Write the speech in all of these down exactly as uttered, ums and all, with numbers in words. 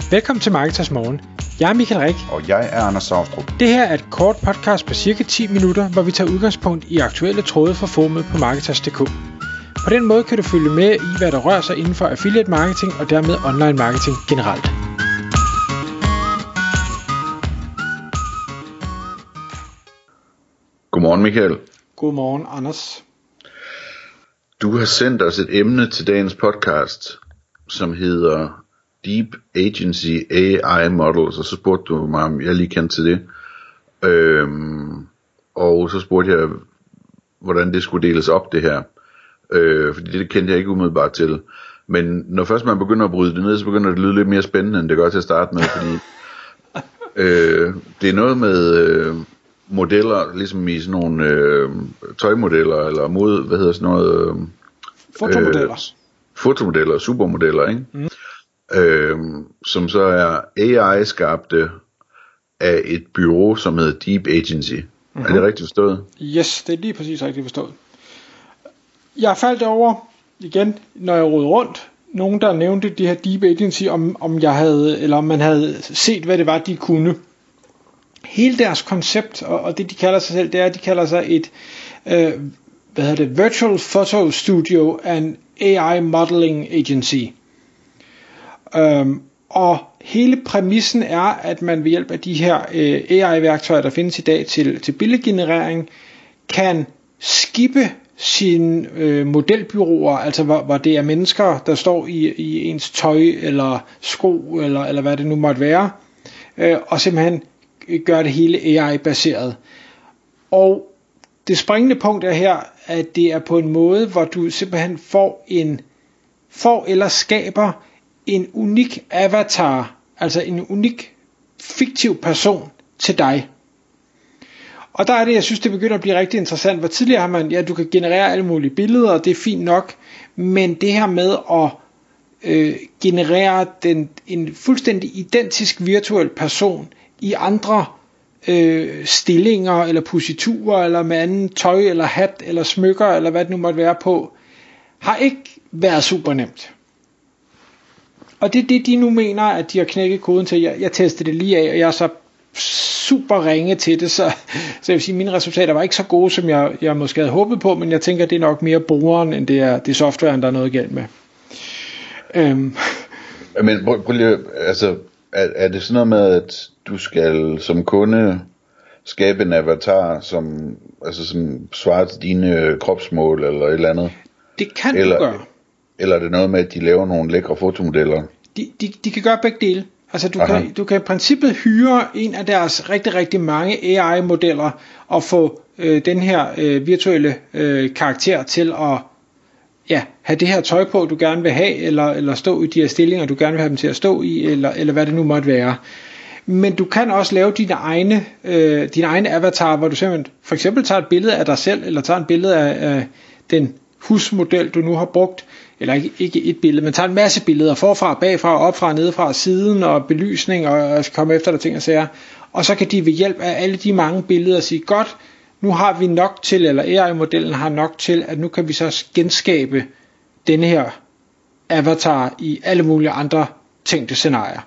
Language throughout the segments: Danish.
Velkommen til Marketers Morgen. Jeg er Michael Rik. Og jeg er Anders Saustrup. Det her er et kort podcast på cirka ti minutter, hvor vi tager udgangspunkt i aktuelle tråde fra forumet på Marketers punktum d k. På den måde kan du følge med i, hvad der rører sig inden for affiliate marketing og dermed online marketing generelt. Godmorgen Michael. Godmorgen Anders. Du har sendt os et emne til dagens podcast, som hedder Deep Agency A I Models, og så spurgte du mig, om jeg lige kendte til det. Øhm, og så spurgte jeg, hvordan det skulle deles op, det her. Øh, fordi det kendte jeg ikke umiddelbart til. Men når først man begynder at bryde det ned, så begynder det at lyde lidt mere spændende, end det gør til at starte med, fordi øh, det er noget med øh, modeller, ligesom i sådan nogle øh, tøjmodeller, eller mod, hvad hedder sådan noget? Øh, Fotomodeller. Øh, fotomodeller, supermodeller, ikke? Mm. Øh, som så er A I-skabte af et bureau, som hedder Deep Agency. Mm-hmm. Er det rigtigt forstået? Yes, det er lige præcis rigtigt forstået. Jeg faldt over, igen, når jeg rodede rundt, nogen der nævnte de her Deep Agency, om, om jeg havde, eller om man havde set, hvad det var, de kunne. Hele deres koncept, og, og det de kalder sig selv, det er, at de kalder sig et, øh, hvad hedder det, Virtual Photo Studio and A I Modeling Agency. Um, og hele præmissen er, at man ved hjælp af de her øh, A I-værktøjer, der findes i dag til, til billedgenerering, kan skippe sine øh, modelbyråer, altså hvor, hvor det er mennesker, der står i, i ens tøj eller sko, eller, eller hvad det nu måtte være, øh, og simpelthen gør det hele A I-baseret. Og det springende punkt er her, at det er på en måde, hvor du simpelthen får en får eller skaber en unik avatar, altså en unik fiktiv person til dig. Og der er det, jeg synes, det begynder at blive rigtig interessant, hvor tidligere har man, ja, du kan generere alle mulige billeder, og det er fint nok, men det her med at øh, generere den, en fuldstændig identisk virtuel person i andre øh, stillinger, eller positurer, eller med anden tøj, eller hat, eller smykker, eller hvad det nu måtte være på, har ikke været super nemt. Og det er det, de nu mener, at de har knækket koden til. Jeg, jeg testede det lige af, og jeg er så super ringe til det, så, så jeg vil sige, at mine resultater var ikke så gode, som jeg, jeg måske havde håbet på, men jeg tænker, at det er nok mere brugeren, end det er, det er softwaren, der er noget galt med. Øhm. Men prøv, prøv lige, altså, er, er det sådan noget med, at du skal som kunde skabe en avatar, som, altså, som svarer til dine kropsmål, eller et eller andet? Det kan eller, du gøre. Eller er det noget med, at de laver nogle lækre fotomodeller? De, de, de kan gøre begge dele. Altså du kan, du kan i princippet hyre en af deres rigtig, rigtig mange A I-modeller og få øh, den her øh, virtuelle øh, karakter til at ja, have det her tøj på, du gerne vil have, eller, eller stå i de her stillinger, du gerne vil have dem til at stå i, eller, eller hvad det nu måtte være. Men du kan også lave dine egne, øh, dine egne avatar, hvor du simpelthen for eksempel tager et billede af dig selv, eller tager et billede af, af den husmodel, du nu har brugt, eller ikke, ikke et billede, men tager en masse billeder, forfra, bagfra, opfra, nedefra, siden, og belysning, og, og komme efter der ting og sager. Og så kan de ved hjælp af alle de mange billeder sige, godt, nu har vi nok til, eller A I-modellen har nok til, at nu kan vi så genskabe denne her avatar i alle mulige andre tænkte scenarier.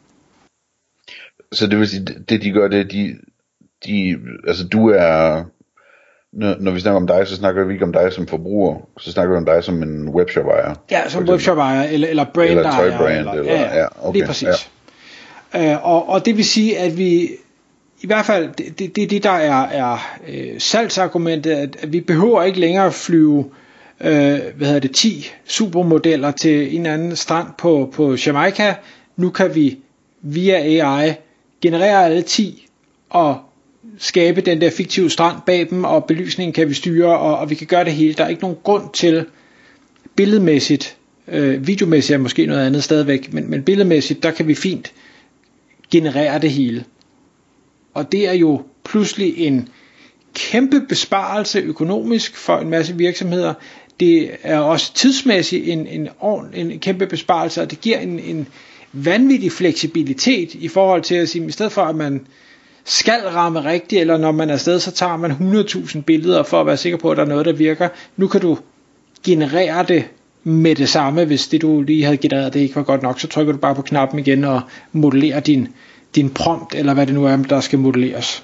Så det vil sige, det de gør, det de, de altså du er, når, når vi snakker om dig, så snakker vi ikke om dig som forbruger, så snakker vi om dig som en webshop-ejer. Ja, som webshop-ejer, eller, eller brand-ejer. Eller tøjbrand, eller, eller, ja, ja, ja, okay, lige præcis. Ja. Uh, og, og det vil sige, at vi, i hvert fald, det, det, det, det der er, er uh, salgsargumentet, at, at vi behøver ikke længere at flyve, uh, hvad hedder det, ti supermodeller til en anden strand på, på Jamaica. Nu kan vi via A I generere alle ti, og skabe den der fiktive strand bag dem, og belysningen kan vi styre, og, og vi kan gøre det hele. Der er ikke nogen grund til billedmæssigt, øh, videomæssigt er måske noget andet stadigvæk, men, men billedmæssigt, der kan vi fint generere det hele. Og det er jo pludselig en kæmpe besparelse økonomisk for en masse virksomheder. Det er også tidsmæssigt en, en, en kæmpe besparelse, og det giver en, en vanvittig fleksibilitet i forhold til at sige, i stedet for at man skal ramme rigtigt, eller når man er afsted, så tager man hundrede tusind billeder for at være sikker på, at der er noget, der virker. Nu kan du generere det med det samme. Hvis det du lige havde genereret, det ikke var godt nok, så trykker du bare på knappen igen og modellerer din, din prompt, eller hvad det nu er, der skal modelleres.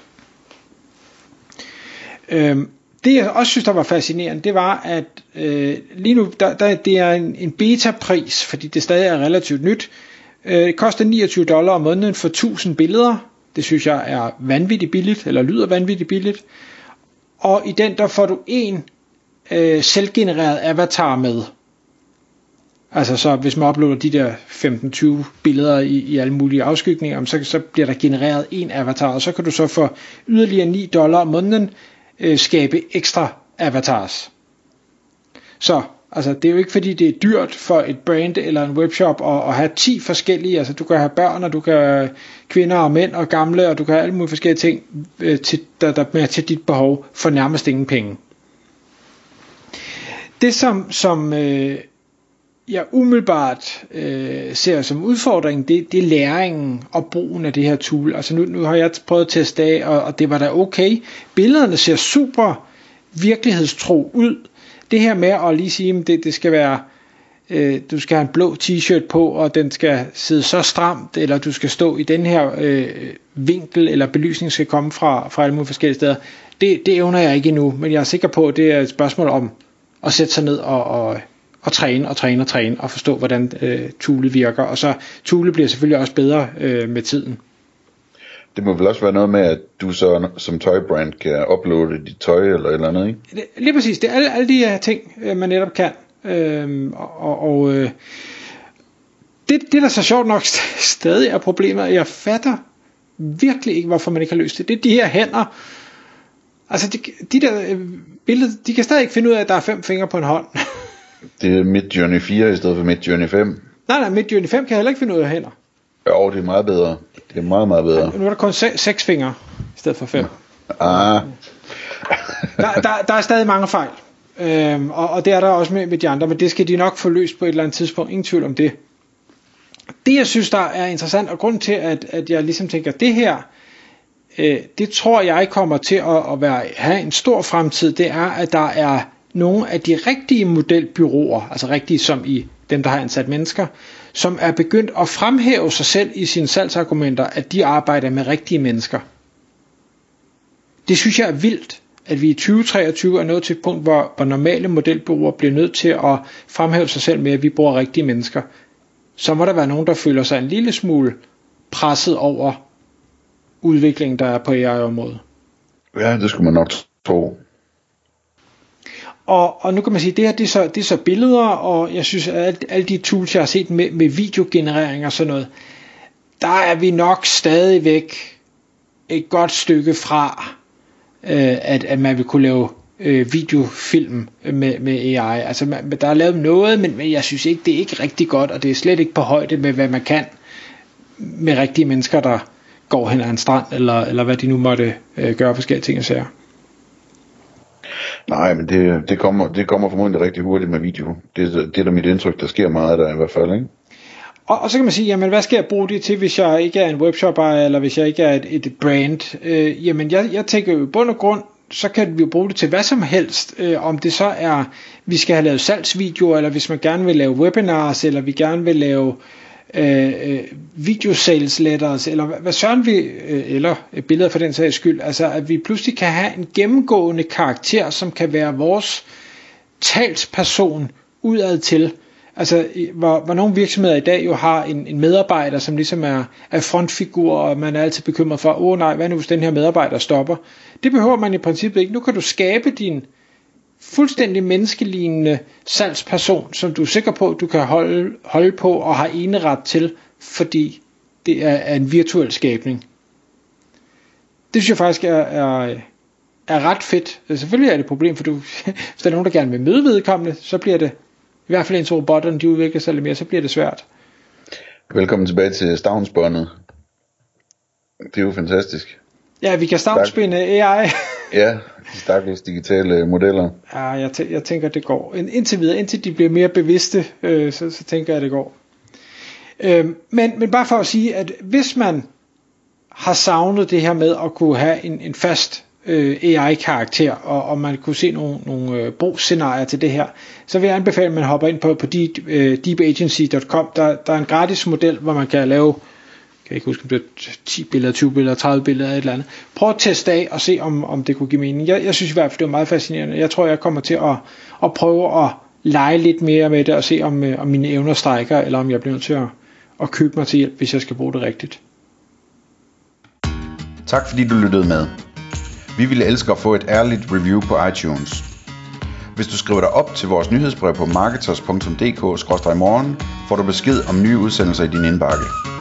Øhm, det jeg også synes der var fascinerende, det var at øh, lige nu der, der, det er en, en beta-pris, fordi det stadig er relativt nyt. øh, Det koster niogtyve dollar om måneden for tusind billeder. Det synes jeg er vanvittigt billigt, eller lyder vanvittigt billigt. Og i den der får du en øh, selvgenereret avatar med. Altså så hvis man uploader de der femten til tyve billeder i, i alle mulige afskygninger, så, så bliver der genereret en avatar, og så kan du så for yderligere ni dollar om måneden øh, skabe ekstra avatars. Så altså det er jo ikke fordi det er dyrt for et brand eller en webshop at, at have ti forskellige, altså du kan have børn, og du kan have kvinder og mænd og gamle, og du kan have alle mulige forskellige ting øh, til, der, der er til dit behov for nærmest ingen penge. Det som, som øh, jeg umiddelbart øh, ser som udfordring, det, det er læringen og brugen af det her tool. Altså nu, nu har jeg prøvet at teste af, og, og det var da okay. Billederne ser super virkelighedstro ud. Det her med at lige sige, at det, det skal være, øh, du skal have en blå t-shirt på, og den skal sidde så stramt, eller du skal stå i den her øh, vinkel, eller belysning skal komme fra, fra alle mulige forskellige steder. Det, det evner jeg ikke endnu, men jeg er sikker på, at det er et spørgsmål om at sætte sig ned og, og, og træne og træne og træne, og forstå, hvordan øh, toolet virker. Og så toolet bliver selvfølgelig også bedre øh, med tiden. Det må vel også være noget med, at du så som tøjbrand kan uploade dit tøj eller et eller andet, ikke? Det, lige præcis, det er alle, alle de her ting, man netop kan. Øhm, og og øh, det, det der så sjovt nok stadig er problemet, og jeg fatter virkelig ikke, hvorfor man ikke har løst det. Det er de her hænder. Altså de, de der øh, billeder, de kan stadig ikke finde ud af, at der er fem fingre på en hånd. Det er Midjourney fire i stedet for Midjourney fem. Nej, nej, Midjourney fem kan heller ikke finde ud af hænder. Jo, det er meget bedre. Det er meget, meget bedre. Nu er der kun se- seks fingre i stedet for fem. Ah. der, der, der er stadig mange fejl. Øhm, og, og det er der også med, med de andre, men det skal de nok få løst på et eller andet tidspunkt. Ingen tvivl om det. Det jeg synes der er interessant, og grunden til at, at jeg ligesom tænker det her, øh, det tror jeg kommer til at, at være, have en stor fremtid. Det er at der er nogle af de rigtige modelbyråer, altså rigtige som i dem der har ansat mennesker, som er begyndt at fremhæve sig selv i sine salgsargumenter, at de arbejder med rigtige mennesker. Det synes jeg er vildt, at vi i tyve treogtyve er nået til et punkt, hvor, hvor normale modelbureauer bliver nødt til at fremhæve sig selv med, at vi bruger rigtige mennesker. Så må der være nogen, der føler sig en lille smule presset over udviklingen, der er på A I-området. Ja, det skulle man nok tro. Og, og nu kan man sige, at det her det er, så, det er så billeder, og jeg synes, at alle, alle de tools, jeg har set med, med videogenerering og sådan noget, der er vi nok stadigvæk et godt stykke fra, øh, at, at man vil kunne lave øh, videofilm med, med A I. Altså man, der er lavet noget, men, men jeg synes ikke, det er ikke rigtig godt, og det er slet ikke på højde med, hvad man kan med rigtige mennesker, der går hen ad en strand, eller, eller hvad de nu måtte øh, gøre forskellige ting og sager. Nej, men det, det, kommer, det kommer formodentlig rigtig hurtigt med video. Det, det er da mit indtryk, der sker meget af der i hvert fald, ikke? Og, og så kan man sige, jamen hvad skal jeg bruge det til, hvis jeg ikke er en webshop eller hvis jeg ikke er et, et brand? Øh, jamen jeg, jeg tænker jo i bund og grund, så kan vi jo bruge det til hvad som helst. Øh, om det så er, vi skal have lavet salgsvideoer, eller hvis man gerne vil lave webinars, eller vi gerne vil lave øh, øh, video sales letters, eller hvad, hvad søren vi, øh, eller billeder for den sags skyld. Altså at vi pludselig kan have en gennemgående karakter, som kan være vores talsperson udad til. Altså hvor, hvor nogle virksomheder i dag jo har en, en medarbejder, som ligesom er, er frontfigur, og man er altid bekymret for, åh nej, hvad nu hvis den her medarbejder stopper? Det behøver man i princippet ikke. Nu kan du skabe din fuldstændig menneskelignende salgsperson, som du er sikker på, at du kan holde, holde på og har eneret til, fordi det er, er en virtuel skabning. Det synes jeg faktisk er, er, er ret fedt. Selvfølgelig er det et problem, for du, hvis der er nogen, der gerne vil møde vedkommende, så bliver det, i hvert fald indtil robotterne de udvikler sig lidt mere, så bliver det svært. Velkommen tilbage til stavnsbåndet. Det er jo fantastisk. Ja, vi kan stavnspinde A I. Ja, de stakkels digitale modeller. Ja, jeg, tæ- jeg tænker, det går. Indtil videre, indtil de bliver mere bevidste, øh, så, så tænker jeg, det går. Øh, men, men bare for at sige, at hvis man har savnet det her med at kunne have en, en fast øh, A I-karakter, og, og man kunne se nogle, nogle øh, brugsscenarier til det her, så vil jeg anbefale, at man hopper ind på, på deep, øh, deep agency punktum com. Der, der er en gratis model, hvor man kan lave, kan jeg ikke huske, om det er ti billeder, tyve billeder, tredive billeder, et eller andet. Prøv at teste af og se, om, om det kunne give mening. Jeg, jeg synes i hvert fald, det var meget fascinerende. Jeg tror, jeg kommer til at, at prøve at lege lidt mere med det, og se, om, om mine evner strækker, eller om jeg bliver nødt til at, at købe mig til hjælp, hvis jeg skal bruge det rigtigt. Tak fordi du lyttede med. Vi ville elske at få et ærligt review på iTunes. Hvis du skriver dig op til vores nyhedsbrev på marketers punktum d k skråstreg morgen, får du besked om nye udsendelser i din indbakke.